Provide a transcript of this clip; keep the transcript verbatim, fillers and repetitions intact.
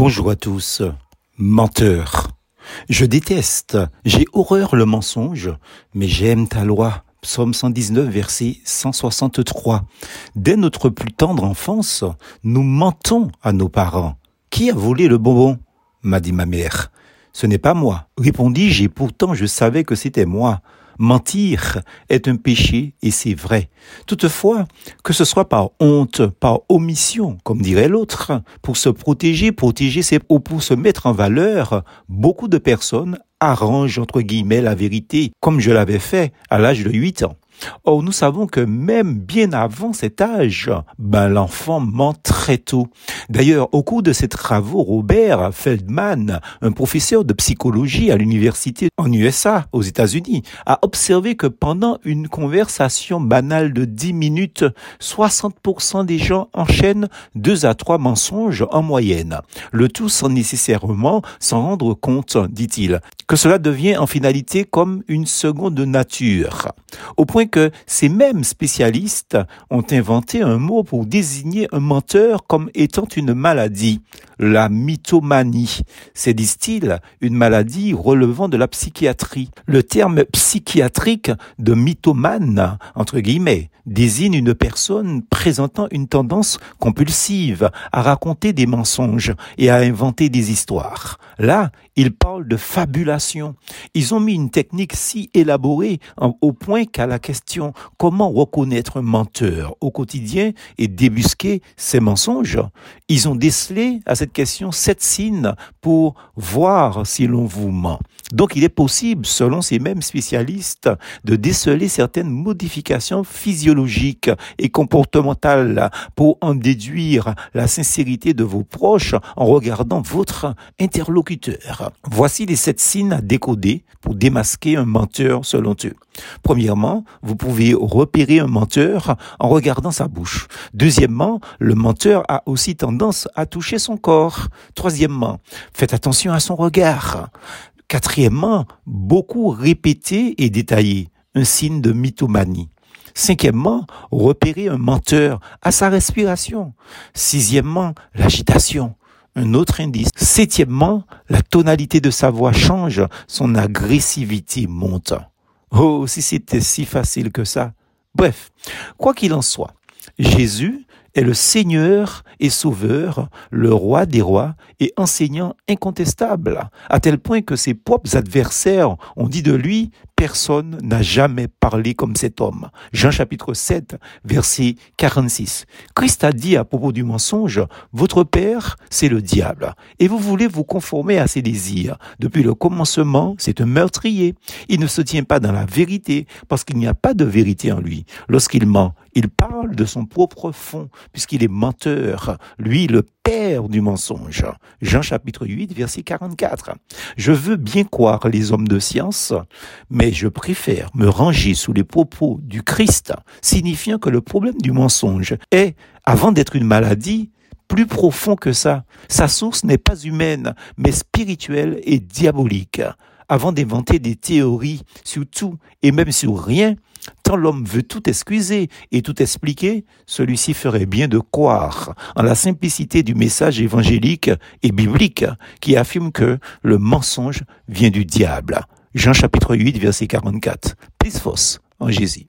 Bonjour à tous. Menteur. Je déteste, j'ai horreur le mensonge, mais j'aime ta loi. Psaume cent dix-neuf, verset cent soixante-trois. Dès notre plus tendre enfance, nous mentons à nos parents. Qui a volé le bonbon ? M'a dit ma mère. Ce n'est pas moi, répondis-je, et pourtant je savais que c'était moi. Mentir est un péché et c'est vrai. Toutefois, que ce soit par honte, par omission, comme dirait l'autre, pour se protéger, protéger ses, ou pour se mettre en valeur, beaucoup de personnes arrangent entre guillemets la vérité, comme je l'avais fait à l'âge de huit ans. Or, nous savons que même bien avant cet âge, ben, l'enfant ment très tôt. D'ailleurs, au cours de ses travaux, Robert Feldman, un professeur de psychologie à l'université en U S A, aux États-Unis, a observé que pendant une conversation banale de dix minutes, soixante pour cent des gens enchaînent deux à trois mensonges en moyenne. Le tout sans nécessairement s'en rendre compte, dit-il, que cela devient en finalité comme une seconde nature. Au point que ces mêmes spécialistes ont inventé un mot pour désigner un menteur comme étant une maladie, la mythomanie. C'est, disent-ils, une maladie relevant de la psychiatrie. Le terme psychiatrique de mythomane, entre guillemets, désigne une personne présentant une tendance compulsive à raconter des mensonges et à inventer des histoires. Là, ils parlent de fabulation. Ils ont mis une technique si élaborée au point qu'à la question « Comment reconnaître un menteur au quotidien et débusquer ses mensonges ?» ils ont décelé à cette question sept signes pour voir si l'on vous ment. Donc, il est possible, selon ces mêmes spécialistes, de déceler certaines modifications physiologiques et comportementales pour en déduire la sincérité de vos proches en regardant votre interlocuteur. Voici les sept signes à décoder pour démasquer un menteur selon eux. Premièrement, vous pouvez repérer un menteur en regardant sa bouche. Deuxièmement, le menteur a aussi tendance à toucher son corps. Troisièmement, faites attention à son regard. Quatrièmement, beaucoup répété et détaillé, un signe de mythomanie. Cinquièmement, repérer un menteur à sa respiration. Sixièmement, l'agitation, un autre indice. Septièmement, la tonalité de sa voix change, son agressivité monte. Oh, si c'était si facile que ça. Bref, quoi qu'il en soit, Jésus est le Seigneur et Sauveur, le Roi des rois et enseignant incontestable, à tel point que ses propres adversaires ont dit de lui « Personne n'a jamais parlé comme cet homme ». Jean chapitre sept, verset quarante-six. Christ a dit à propos du mensonge « Votre père, c'est le diable, et vous voulez vous conformer à ses désirs. Depuis le commencement, c'est un meurtrier. Il ne se tient pas dans la vérité, parce qu'il n'y a pas de vérité en lui. Lorsqu'il ment, il parle de son propre fond, puisqu'il est menteur, lui le père du mensonge. Jean chapitre huit, verset quarante-quatre. Je veux bien croire les hommes de science, mais je préfère me ranger sous les propos du Christ, signifiant que le problème du mensonge est, avant d'être une maladie, plus profond que ça. Sa source n'est pas humaine, mais spirituelle et diabolique. Avant d'inventer des théories sur tout et même sur rien, tant l'homme veut tout excuser et tout expliquer, celui-ci ferait bien de croire en la simplicité du message évangélique et biblique qui affirme que le mensonge vient du diable. Jean chapitre huit, verset quarante-quatre. Plus fausse en Jésus.